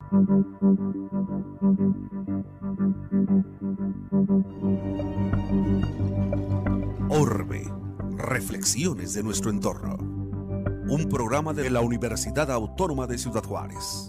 Orbe, reflexiones de nuestro entorno. Un programa de la Universidad Autónoma de Ciudad Juárez.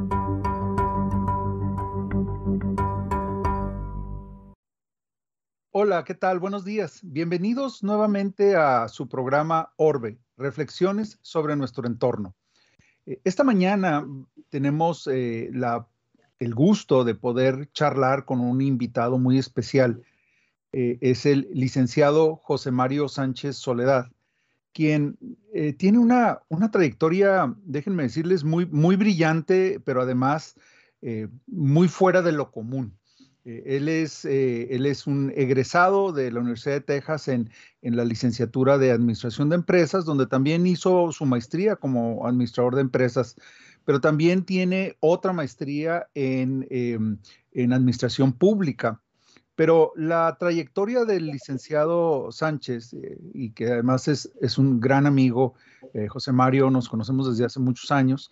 Hola, ¿qué tal? Buenos días. Bienvenidos nuevamente a su programa Orbe, reflexiones sobre nuestro entorno. Esta mañana tenemos el gusto de poder charlar con un invitado muy especial. Es el licenciado José Mario Sánchez Soledad, quien tiene una trayectoria, déjenme decirles, muy brillante, pero además muy fuera de lo común. Él es un egresado de la Universidad de Texas en la licenciatura de Administración de Empresas, donde también hizo su maestría como administrador de empresas, pero también tiene otra maestría en Administración Pública. Pero la trayectoria del licenciado Sánchez, y que además es un gran amigo, José Mario, nos conocemos desde hace muchos años,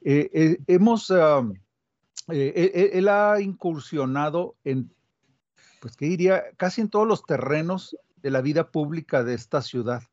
él ha incursionado en, pues, ¿qué diría? Casi en todos los terrenos de la vida pública de esta ciudad.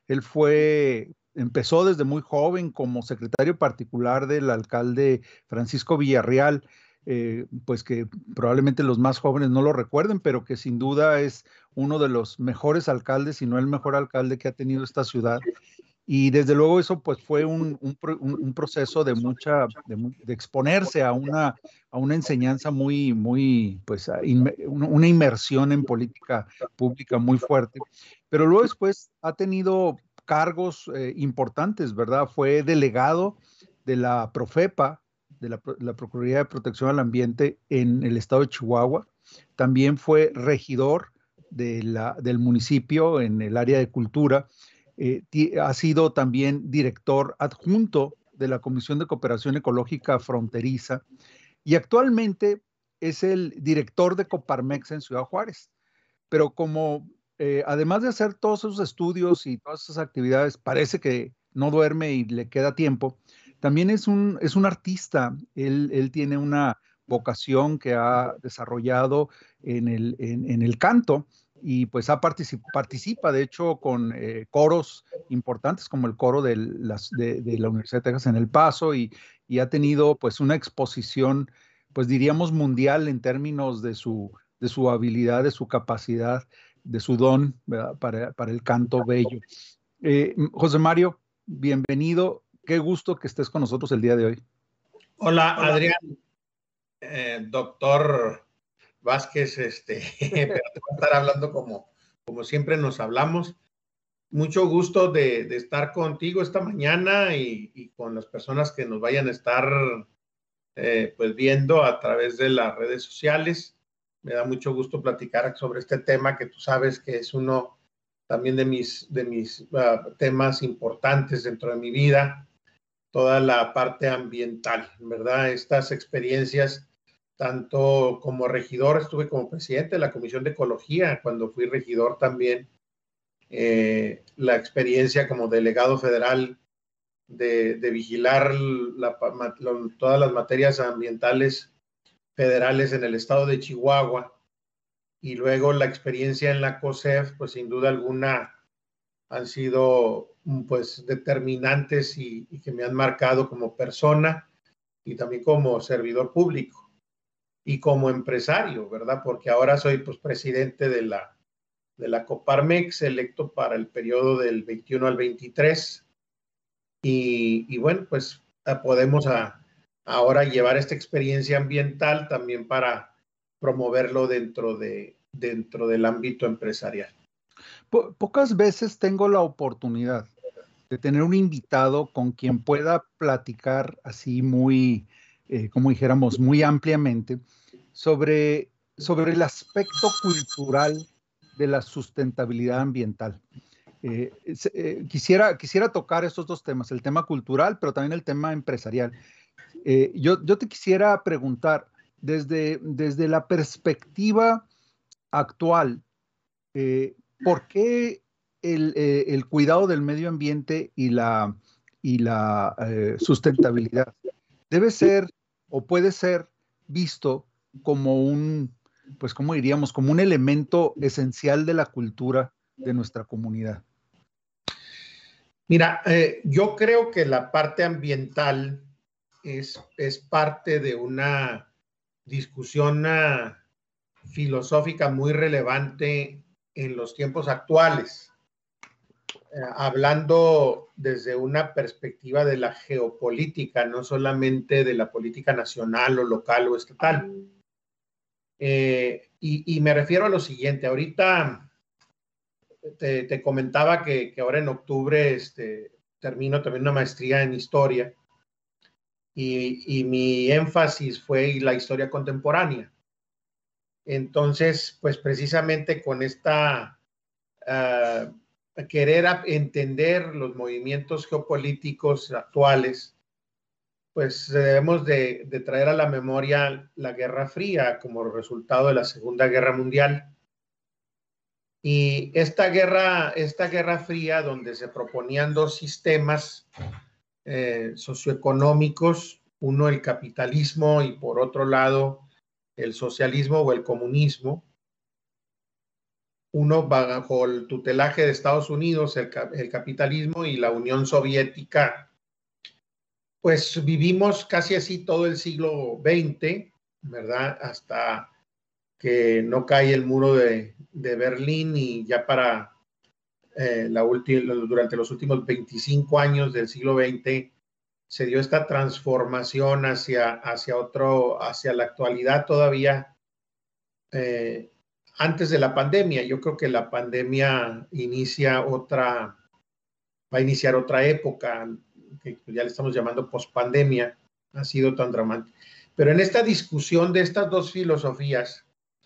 Empezó desde muy joven como secretario particular del alcalde Francisco Villarreal, pues que probablemente los más jóvenes no lo recuerden, pero que sin duda es uno de los mejores alcaldes, si no el mejor alcalde que ha tenido esta ciudad. Y desde luego eso pues fue un proceso de exponerse a una enseñanza pues una inmersión en política pública muy fuerte. Pero luego después ha tenido cargos importantes, ¿verdad? Fue delegado de la Profepa, la Procuraduría de Protección al Ambiente en el estado de Chihuahua. También fue regidor del municipio en el área de cultura. Ha sido también director adjunto de la Comisión de Cooperación Ecológica Fronteriza y actualmente es el director de Coparmex en Ciudad Juárez. Pero además de hacer todos esos estudios y todas esas actividades, parece que no duerme y le queda tiempo, también es un artista. Él tiene una vocación que ha desarrollado en el canto y pues participa de hecho con coros importantes como el coro de la Universidad de Texas en El Paso y ha tenido pues una exposición, pues diríamos mundial en términos de su habilidad, de su capacidad, de su don, ¿verdad? Para el canto bello. José Mario, bienvenido. Qué gusto que estés con nosotros el día de hoy. Hola, Adrián, doctor Vázquez, pero te voy a estar hablando como siempre nos hablamos. Mucho gusto de estar contigo esta mañana y con las personas que nos vayan a estar pues viendo a través de las redes sociales. Me da mucho gusto platicar sobre este tema que tú sabes que es uno también de mis temas importantes dentro de mi vida, toda la parte ambiental, ¿verdad? Estas experiencias, tanto como regidor, estuve como presidente de la Comisión de Ecología, cuando fui regidor también, la experiencia como delegado federal de vigilar todas las materias ambientales federales en el estado de Chihuahua, y luego la experiencia en la COSEF, pues sin duda alguna han sido pues determinantes y que me han marcado como persona y también como servidor público y como empresario, ¿verdad? Porque ahora soy pues presidente de la Coparmex, electo para el periodo del 21 al 23 y bueno, pues podemos ahora llevar esta experiencia ambiental también para promoverlo dentro del ámbito empresarial. Pocas veces tengo la oportunidad de tener un invitado con quien pueda platicar así como dijéramos, muy ampliamente sobre el aspecto cultural de la sustentabilidad ambiental. Quisiera tocar estos dos temas, el tema cultural, pero también el tema empresarial. Yo te quisiera preguntar, desde la perspectiva actual, ¿por qué el cuidado del medio ambiente y la sustentabilidad debe ser o puede ser visto como un, pues, ¿cómo diríamos? Como un elemento esencial de la cultura de nuestra comunidad. Mira, yo creo que la parte ambiental es parte de una discusión filosófica muy relevante en los tiempos actuales, hablando desde una perspectiva de la geopolítica, no solamente de la política nacional o local o estatal. Y me refiero a lo siguiente, ahorita te comentaba que ahora en octubre termino también una maestría en historia y mi énfasis fue la historia contemporánea. Entonces, pues precisamente con esta querer entender los movimientos geopolíticos actuales, pues debemos de traer a la memoria la Guerra Fría como resultado de la Segunda Guerra Mundial. Y esta guerra fría, donde se proponían dos sistemas socioeconómicos, uno el capitalismo y por otro lado el socialismo o el comunismo, uno bajo el tutelaje de Estados Unidos, el capitalismo, y la Unión Soviética. Pues vivimos casi así todo el siglo XX, ¿verdad? Hasta que no cae el muro de Berlín y ya para durante los últimos 25 años del siglo XX se dio esta transformación hacia la actualidad todavía antes de la pandemia. Yo creo que la pandemia va a iniciar otra época, que ya le estamos llamando pospandemia, ha sido tan dramático. Pero en esta discusión de estas dos filosofías,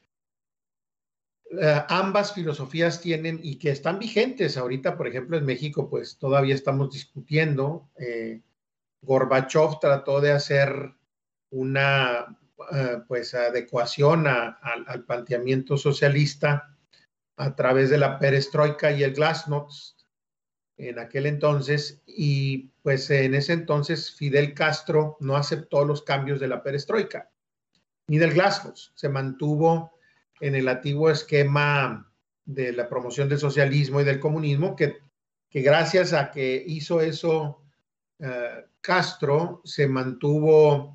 ambas filosofías tienen y que están vigentes ahorita, por ejemplo, en México, pues todavía estamos discutiendo. Gorbachev trató de hacer una pues adecuación al planteamiento socialista a través de la perestroika y el glasnost en aquel entonces, y pues en ese entonces Fidel Castro no aceptó los cambios de la perestroika ni del glasnost, se mantuvo en el antiguo esquema de la promoción del socialismo y del comunismo, que gracias a que hizo eso Castro, se mantuvo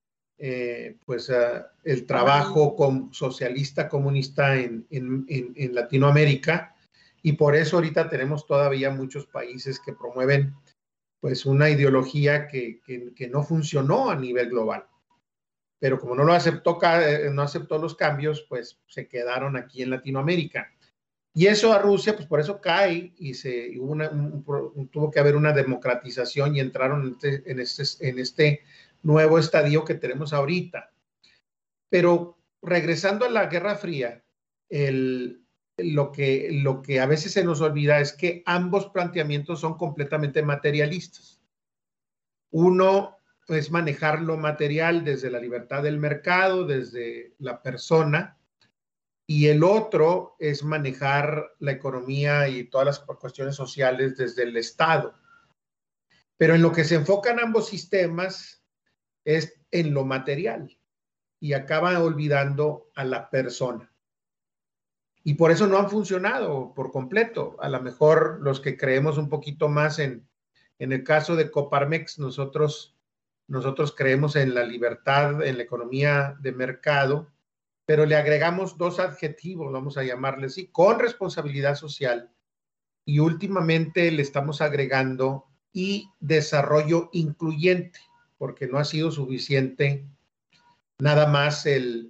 el trabajo socialista comunista en Latinoamérica, y por eso ahorita tenemos todavía muchos países que promueven pues una ideología que no funcionó a nivel global. Pero como no aceptó los cambios, pues se quedaron aquí en Latinoamérica. Y eso a Rusia, pues por eso cae y tuvo que haber una democratización y entraron en este nuevo estadio que tenemos ahorita. Pero regresando a la Guerra Fría, lo que a veces se nos olvida es que ambos planteamientos son completamente materialistas. Uno es manejar lo material desde la libertad del mercado, desde la persona, y el otro es manejar la economía y todas las cuestiones sociales desde el Estado. Pero en lo que se enfocan ambos sistemas es en lo material y acaban olvidando a la persona. Y por eso no han funcionado por completo. A lo mejor los que creemos un poquito más en el caso de Coparmex, nosotros creemos en la libertad, en la economía de mercado, pero le agregamos dos adjetivos, vamos a llamarle así, con responsabilidad social, y últimamente le estamos agregando y desarrollo incluyente, porque no ha sido suficiente nada más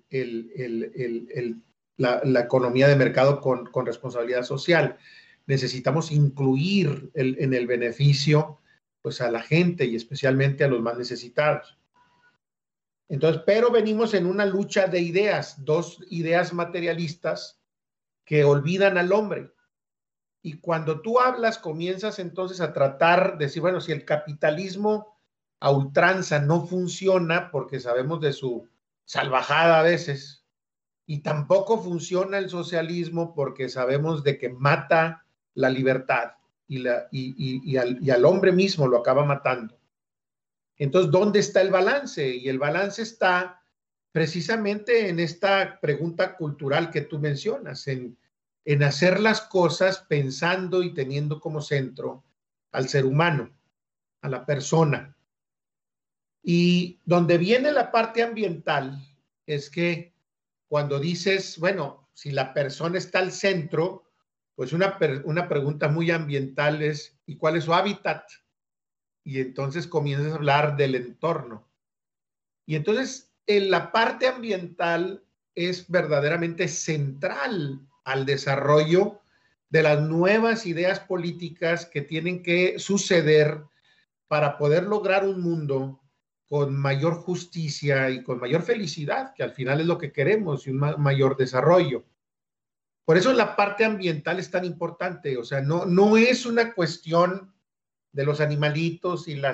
la economía de mercado con responsabilidad social. Necesitamos incluir en el beneficio pues a la gente y especialmente a los más necesitados. Entonces, pero venimos en una lucha de ideas, dos ideas materialistas que olvidan al hombre. Y cuando tú hablas, comienzas entonces a tratar de decir, bueno, si el capitalismo a ultranza no funciona, porque sabemos de su salvajada a veces, y tampoco funciona el socialismo porque sabemos de que mata la libertad y al hombre mismo lo acaba matando. Entonces, ¿dónde está el balance? Y el balance está precisamente en esta pregunta cultural que tú mencionas, en hacer las cosas pensando y teniendo como centro al ser humano, a la persona. Y donde viene la parte ambiental es que cuando dices, bueno, si la persona está al centro, pues una pregunta muy ambiental es, ¿y cuál es su hábitat? Y entonces comienzas a hablar del entorno. Y entonces en la parte ambiental es verdaderamente central al desarrollo de las nuevas ideas políticas que tienen que suceder para poder lograr un mundo con mayor justicia y con mayor felicidad, que al final es lo que queremos, y un mayor desarrollo. Por eso la parte ambiental es tan importante, o sea, no es una cuestión de los animalitos y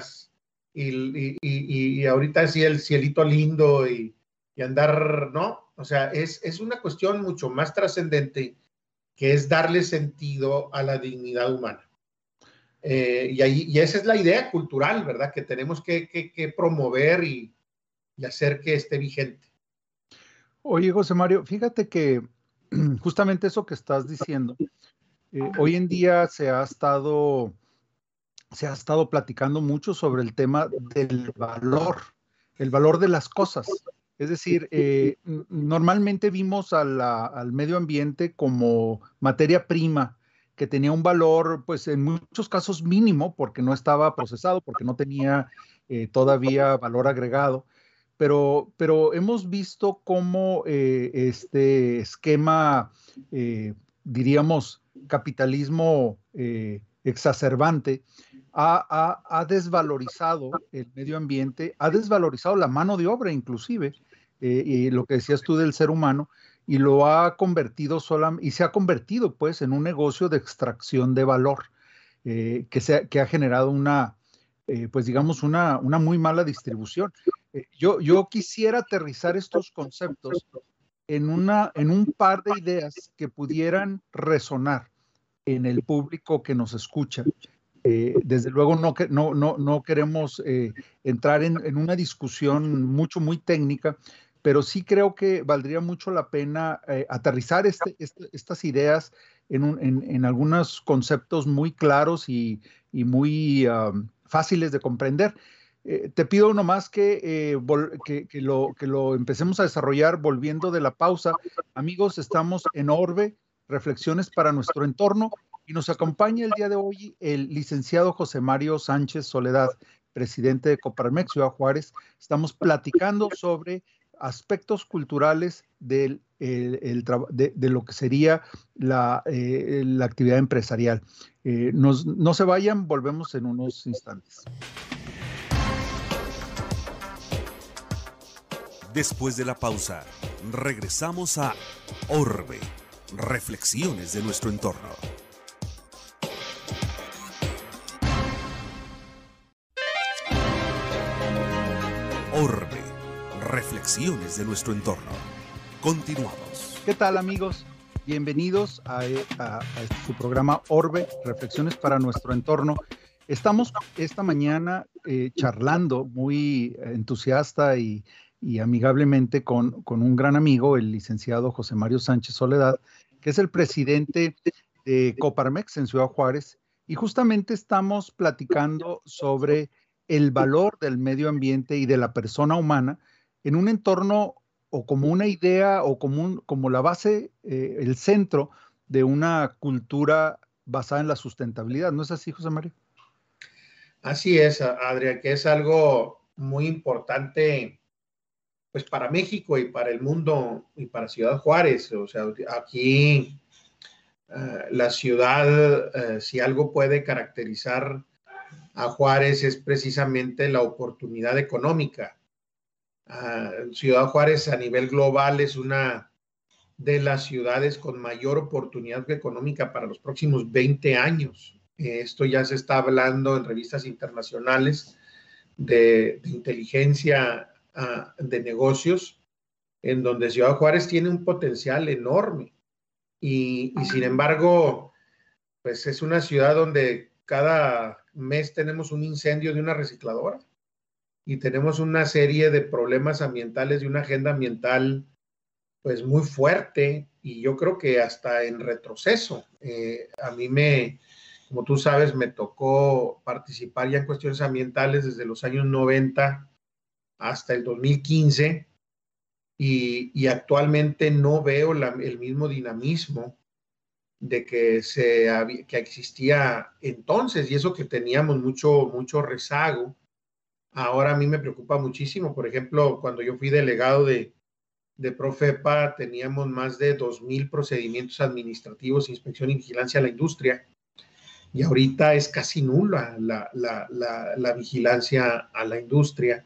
y ahorita sí el cielito lindo y andar, ¿no? O sea, es una cuestión mucho más trascendente, que es darle sentido a la dignidad humana. Y esa es la idea cultural, ¿verdad? Que tenemos que promover y hacer que esté vigente. Oye, José Mario, fíjate que justamente eso que estás diciendo, hoy en día se ha estado platicando mucho sobre el tema del valor, el valor de las cosas. Es decir, normalmente vimos al medio ambiente como materia prima, que tenía un valor, pues en muchos casos mínimo, porque no estaba procesado, porque no tenía todavía valor agregado. Pero hemos visto cómo este esquema, diríamos, capitalismo exacerbante, ha desvalorizado el medio ambiente, ha desvalorizado la mano de obra inclusive, y lo que decías tú del ser humano, y lo ha convertido y se ha convertido pues en un negocio de extracción de valor, que ha generado pues digamos, una muy mala distribución. Yo quisiera aterrizar estos conceptos en un par de ideas que pudieran resonar en el público que nos escucha. Desde luego no queremos entrar en una discusión muy técnica, pero sí creo que valdría mucho la pena aterrizar estas ideas en algunos conceptos muy claros y muy fáciles de comprender. Te pido nomás que lo empecemos a desarrollar volviendo de la pausa. Amigos, estamos en Orbe, Reflexiones para nuestro entorno. Y nos acompaña el día de hoy el licenciado José Mario Sánchez Soledad, presidente de Coparmex Ciudad Juárez. Estamos platicando sobre aspectos culturales de lo que sería la actividad empresarial. No se vayan, volvemos en unos instantes. Después de la pausa, regresamos a Orbe, Reflexiones de nuestro entorno. Orbe, Reflexiones de nuestro entorno. Continuamos. ¿Qué tal, amigos? Bienvenidos a su programa Orbe, Reflexiones para nuestro entorno. Estamos esta mañana charlando muy entusiasta y amigablemente con un gran amigo, el licenciado José Mario Sánchez Soledad, que es el presidente de Coparmex en Ciudad Juárez, y justamente estamos platicando sobre el valor del medio ambiente y de la persona humana en un entorno o como una idea o como la base, el centro de una cultura basada en la sustentabilidad. ¿No es así, José Mario? Así es, Adrián, que es algo muy importante pues para México y para el mundo y para Ciudad Juárez. O sea, aquí la ciudad, si algo puede caracterizar a Juárez es precisamente la oportunidad económica. Ciudad Juárez a nivel global es una de las ciudades con mayor oportunidad económica para los próximos 20 años. Esto ya se está hablando en revistas internacionales de inteligencia de negocios, en donde Ciudad Juárez tiene un potencial enorme. Y sin embargo, pues es una ciudad donde cada mes tenemos un incendio de una recicladora. y tenemos una serie de problemas ambientales y una agenda ambiental pues muy fuerte, y yo creo que hasta en retroceso. A mí como tú sabes, me tocó participar ya en cuestiones ambientales desde los años 90 hasta el 2015, y actualmente no veo el mismo dinamismo de que existía entonces, y eso que teníamos mucho rezago. Ahora a mí me preocupa muchísimo. Por ejemplo, cuando yo fui delegado de Profepa, teníamos más de 2,000 procedimientos administrativos, inspección y vigilancia a la industria, y ahorita es casi nula la vigilancia a la industria.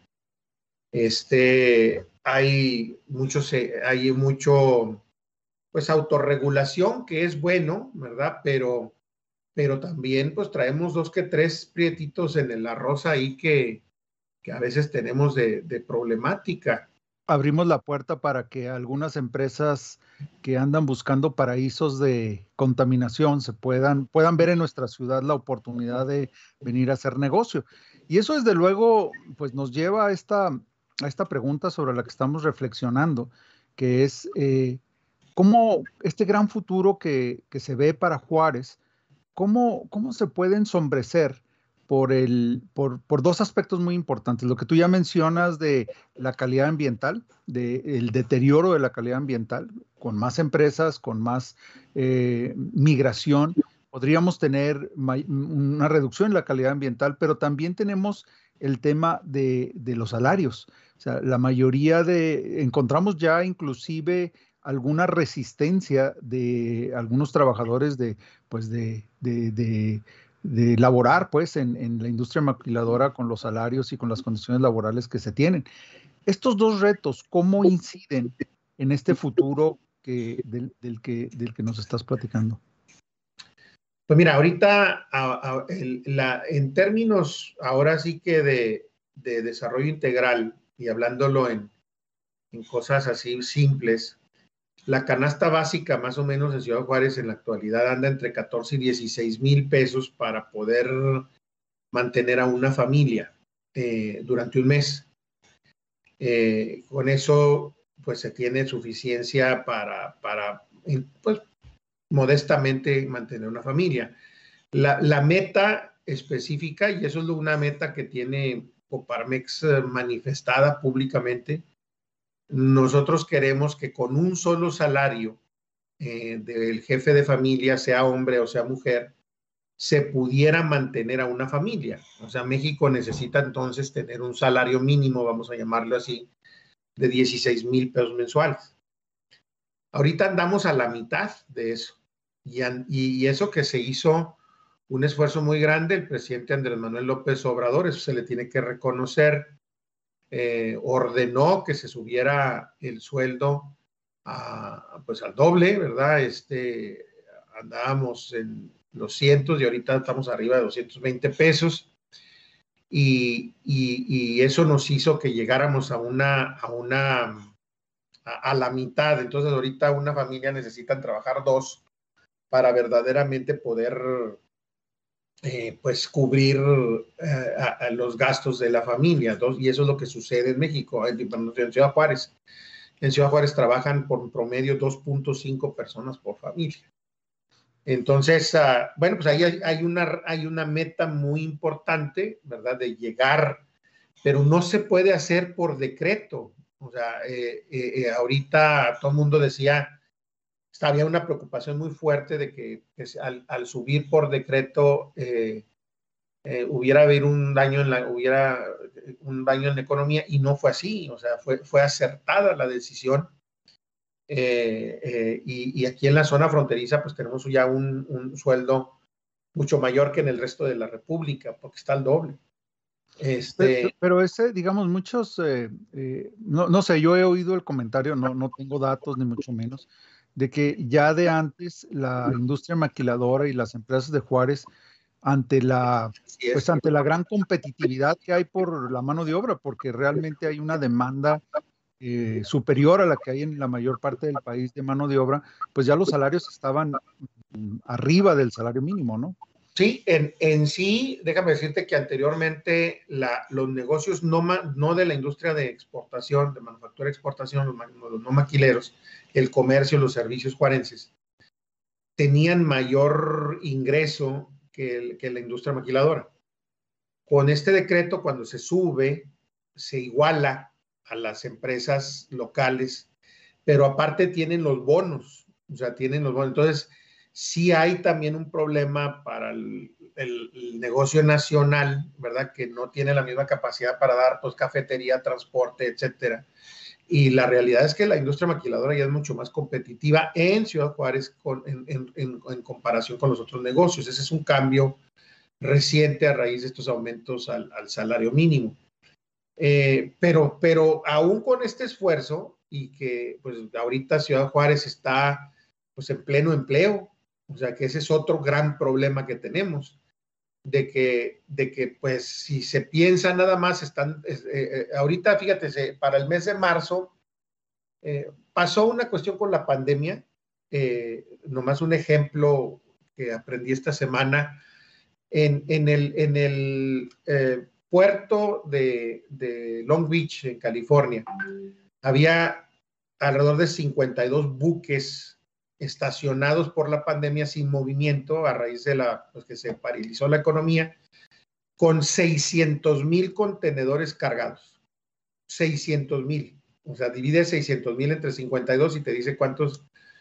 Hay mucho, pues, autorregulación, que es bueno, ¿verdad? Pero también, pues, traemos 2 que 3 prietitos en el arroz ahí que a veces tenemos de problemática. Abrimos la puerta para que algunas empresas que andan buscando paraísos de contaminación puedan ver en nuestra ciudad la oportunidad de venir a hacer negocio. Y eso, desde luego, pues nos lleva a esta pregunta sobre la que estamos reflexionando, que es cómo este gran futuro que se ve para Juárez, ¿cómo se puede ensombrecer por dos aspectos muy importantes? Lo que tú ya mencionas de la calidad ambiental, del deterioro de la calidad ambiental, con más empresas, con más migración, podríamos tener una reducción en la calidad ambiental, pero también tenemos el tema de los salarios. O sea, la mayoría encontramos ya inclusive alguna resistencia de algunos trabajadores pues de laborar pues en la industria maquiladora con los salarios y con las condiciones laborales que se tienen. Estos dos retos, ¿cómo inciden en este futuro del que nos estás platicando? Pues mira, ahorita en términos ahora sí que de desarrollo integral, y hablándolo en cosas así simples, la canasta básica más o menos en Ciudad Juárez en la actualidad anda entre 14 y 16 mil pesos para poder mantener a una familia durante un mes. Con eso pues se tiene suficiencia para pues modestamente mantener una familia. La meta específica, y eso es una meta que tiene Coparmex manifestada públicamente, nosotros queremos que con un solo salario del jefe de familia, sea hombre o sea mujer, se pudiera mantener a una familia. O sea, México necesita entonces tener un salario mínimo, vamos a llamarlo así, de 16,000 pesos mensuales. Ahorita andamos a la mitad de eso. Y eso que se hizo un esfuerzo muy grande, el presidente Andrés Manuel López Obrador, eso se le tiene que reconocer, ordenó que se subiera el sueldo pues al doble, ¿verdad? Andábamos en los cientos y ahorita estamos arriba de 220 pesos. Y eso nos hizo que llegáramos a la mitad. Entonces ahorita una familia necesita trabajar 2 para verdaderamente poder pues cubrir a los gastos de la familia, ¿no? Y eso es lo que sucede en México, en Ciudad Juárez. En Ciudad Juárez trabajan por promedio 2.5 personas por familia. Entonces, bueno, pues ahí hay una meta muy importante, ¿verdad? De llegar, pero no se puede hacer por decreto. O sea, ahorita todo el mundo decía, había una preocupación muy fuerte de que al subir por decreto hubiera un daño en la economía, y no fue así. O sea, fue acertada la decisión. Y aquí en la zona fronteriza pues tenemos ya un sueldo mucho mayor que en el resto de la República, porque está al doble. Pero ese, digamos, muchos, no sé, yo he oído el comentario, no tengo datos ni mucho menos, de que ya de antes la industria maquiladora y las empresas de Juárez, ante la gran competitividad que hay por la mano de obra, porque realmente hay una demanda superior a la que hay en la mayor parte del país de mano de obra, pues ya los salarios estaban arriba del salario mínimo, ¿no? Sí, en sí, déjame decirte que anteriormente los negocios no de la industria de exportación, de manufactura de exportación, los no maquileros, el comercio, los servicios juarenses, tenían mayor ingreso que la industria maquiladora. Con este decreto, cuando se sube, se iguala a las empresas locales, pero aparte tienen los bonos, o sea, tienen los bonos. Entonces, sí hay también un problema para el negocio nacional, ¿verdad? Que no tiene la misma capacidad para dar, pues, cafetería, transporte, etcétera. Y la realidad es que la industria maquiladora ya es mucho más competitiva en Ciudad Juárez en comparación con los otros negocios. Ese es un cambio reciente a raíz de estos aumentos al salario mínimo. Pero aún con este esfuerzo y que pues ahorita Ciudad Juárez está pues en pleno empleo, o sea que ese es otro gran problema que tenemos, de que pues si se piensa nada más, ahorita fíjate, para el mes de marzo pasó una cuestión con la pandemia, nomás un ejemplo que aprendí esta semana, en el puerto de Long Beach, en California, había alrededor de 52 buques estacionados por la pandemia sin movimiento a raíz de pues que se paralizó la economía, con 600,000 contenedores cargados. 600,000. O sea, divide 600,000 entre 52 y te dice cuántos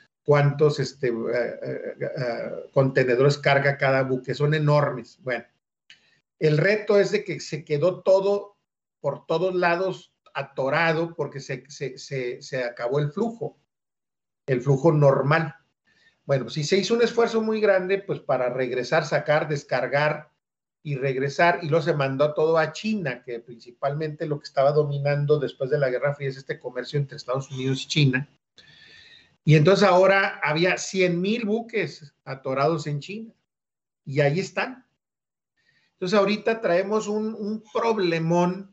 contenedores carga cada buque. Son enormes. Bueno, el reto es de que se quedó todo por todos lados atorado porque se acabó el flujo normal. Bueno, si se hizo un esfuerzo muy grande, pues para regresar, sacar, descargar y regresar, y luego se mandó todo a China, que principalmente lo que estaba dominando después de la Guerra Fría es este comercio entre Estados Unidos y China. Y entonces ahora había 100,000 buques atorados en China, y ahí están. Entonces ahorita traemos un problemón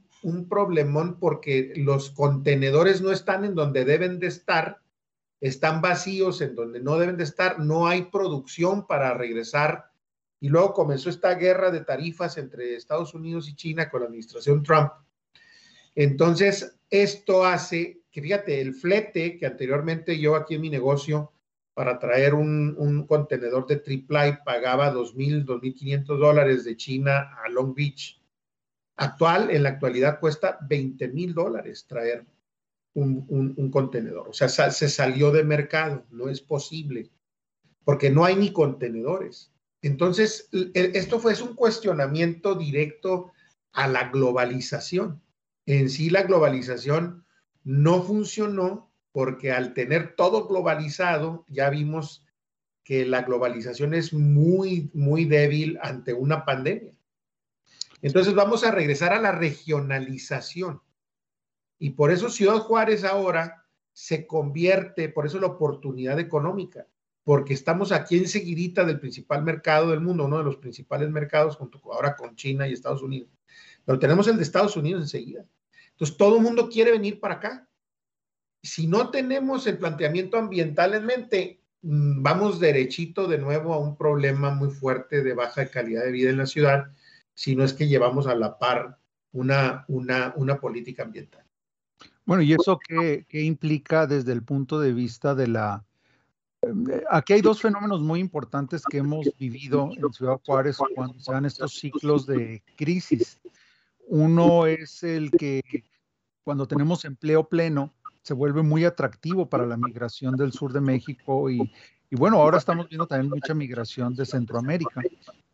porque los contenedores no están en donde deben de estar, están vacíos en donde no deben de estar, no hay producción para regresar. Y luego comenzó esta guerra de tarifas entre Estados Unidos y China con la administración Trump. Entonces, esto hace que, fíjate, el flete que anteriormente yo aquí en mi negocio para traer un contenedor de triple pagaba $2,000, $2,500 de China a Long Beach. En la actualidad cuesta $20,000 traer un contenedor. O sea, se salió de mercado, no es posible, porque no hay ni contenedores. Entonces, esto fue un cuestionamiento directo a la globalización. En sí, la globalización no funcionó porque al tener todo globalizado, ya vimos que la globalización es muy, muy débil ante una pandemia. Entonces, vamos a regresar a la regionalización. Y por eso Ciudad Juárez ahora se convierte, por eso la oportunidad económica, porque estamos aquí enseguidita del principal mercado del mundo, uno de los principales mercados, ahora con China y Estados Unidos. Pero tenemos el de Estados Unidos enseguida. Entonces, todo el mundo quiere venir para acá. Si no tenemos el planteamiento ambiental en mente, vamos derechito de nuevo a un problema muy fuerte de baja calidad de vida en la ciudad, si no es que llevamos a la par una política ambiental. Bueno, ¿y eso qué implica desde el punto de vista de la... Aquí hay dos fenómenos muy importantes que hemos vivido en Ciudad Juárez cuando se dan estos ciclos de crisis. Uno es el que cuando tenemos empleo pleno se vuelve muy atractivo para la migración del sur de México y bueno, ahora estamos viendo también mucha migración de Centroamérica.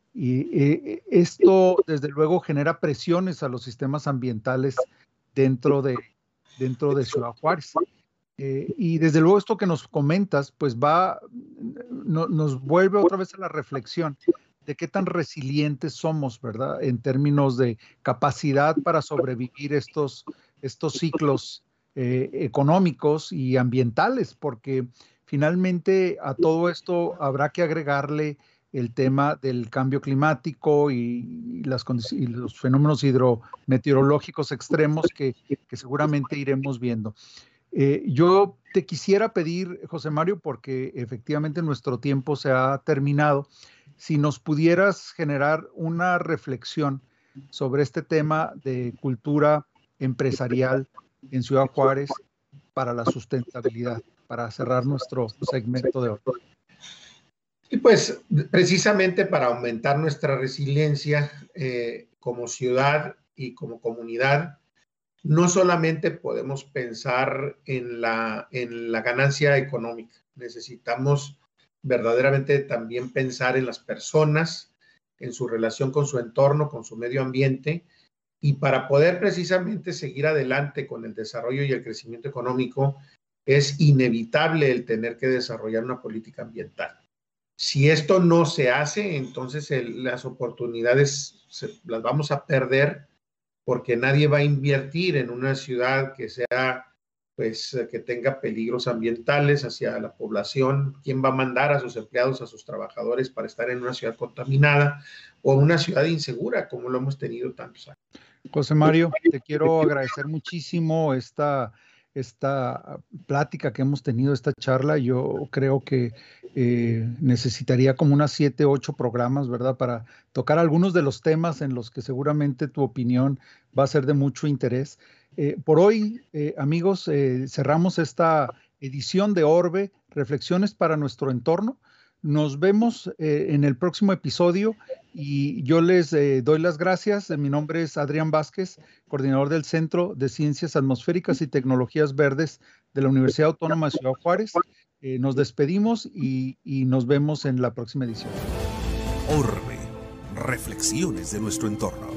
Y esto, desde luego, genera presiones a los sistemas ambientales dentro de Ciudad Juárez. Y desde luego esto que nos comentas, pues nos vuelve otra vez a la reflexión de qué tan resilientes somos, ¿verdad? En términos de capacidad para sobrevivir estos ciclos económicos y ambientales, porque finalmente a todo esto habrá que agregarle el tema del cambio climático y los fenómenos hidrometeorológicos extremos que seguramente iremos viendo. Yo te quisiera pedir, José Mario, porque efectivamente nuestro tiempo se ha terminado, si nos pudieras generar una reflexión sobre este tema de cultura empresarial en Ciudad Juárez para la sustentabilidad, para cerrar nuestro segmento de hoy. Y pues precisamente para aumentar nuestra resiliencia como ciudad y como comunidad, no solamente podemos pensar en la ganancia económica, necesitamos verdaderamente también pensar en las personas, en su relación con su entorno, con su medio ambiente, y para poder precisamente seguir adelante con el desarrollo y el crecimiento económico, es inevitable el tener que desarrollar una política ambiental. Si esto no se hace, entonces las oportunidades las vamos a perder, porque nadie va a invertir en una ciudad que sea, pues, que tenga peligros ambientales hacia la población. ¿Quién va a mandar a sus empleados, a sus trabajadores para estar en una ciudad contaminada o una ciudad insegura, como lo hemos tenido tantos años? José Mario, te quiero agradecer muchísimo esta plática que hemos tenido, esta charla. Yo creo que necesitaría como unas 7, 8 programas, ¿verdad? Para tocar algunos de los temas en los que seguramente tu opinión va a ser de mucho interés. Por hoy, amigos, cerramos esta edición de Orbe, Reflexiones para nuestro entorno. Nos vemos en el próximo episodio y yo les doy las gracias. Mi nombre es Adrián Vázquez, coordinador del Centro de Ciencias Atmosféricas y Tecnologías Verdes de la Universidad Autónoma de Ciudad Juárez. Nos despedimos y nos vemos en la próxima edición. Orbe, reflexiones de nuestro entorno.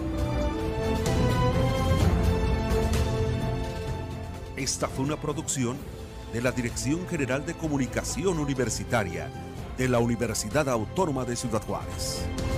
Esta fue una producción de la Dirección General de Comunicación Universitaria de la Universidad Autónoma de Ciudad Juárez.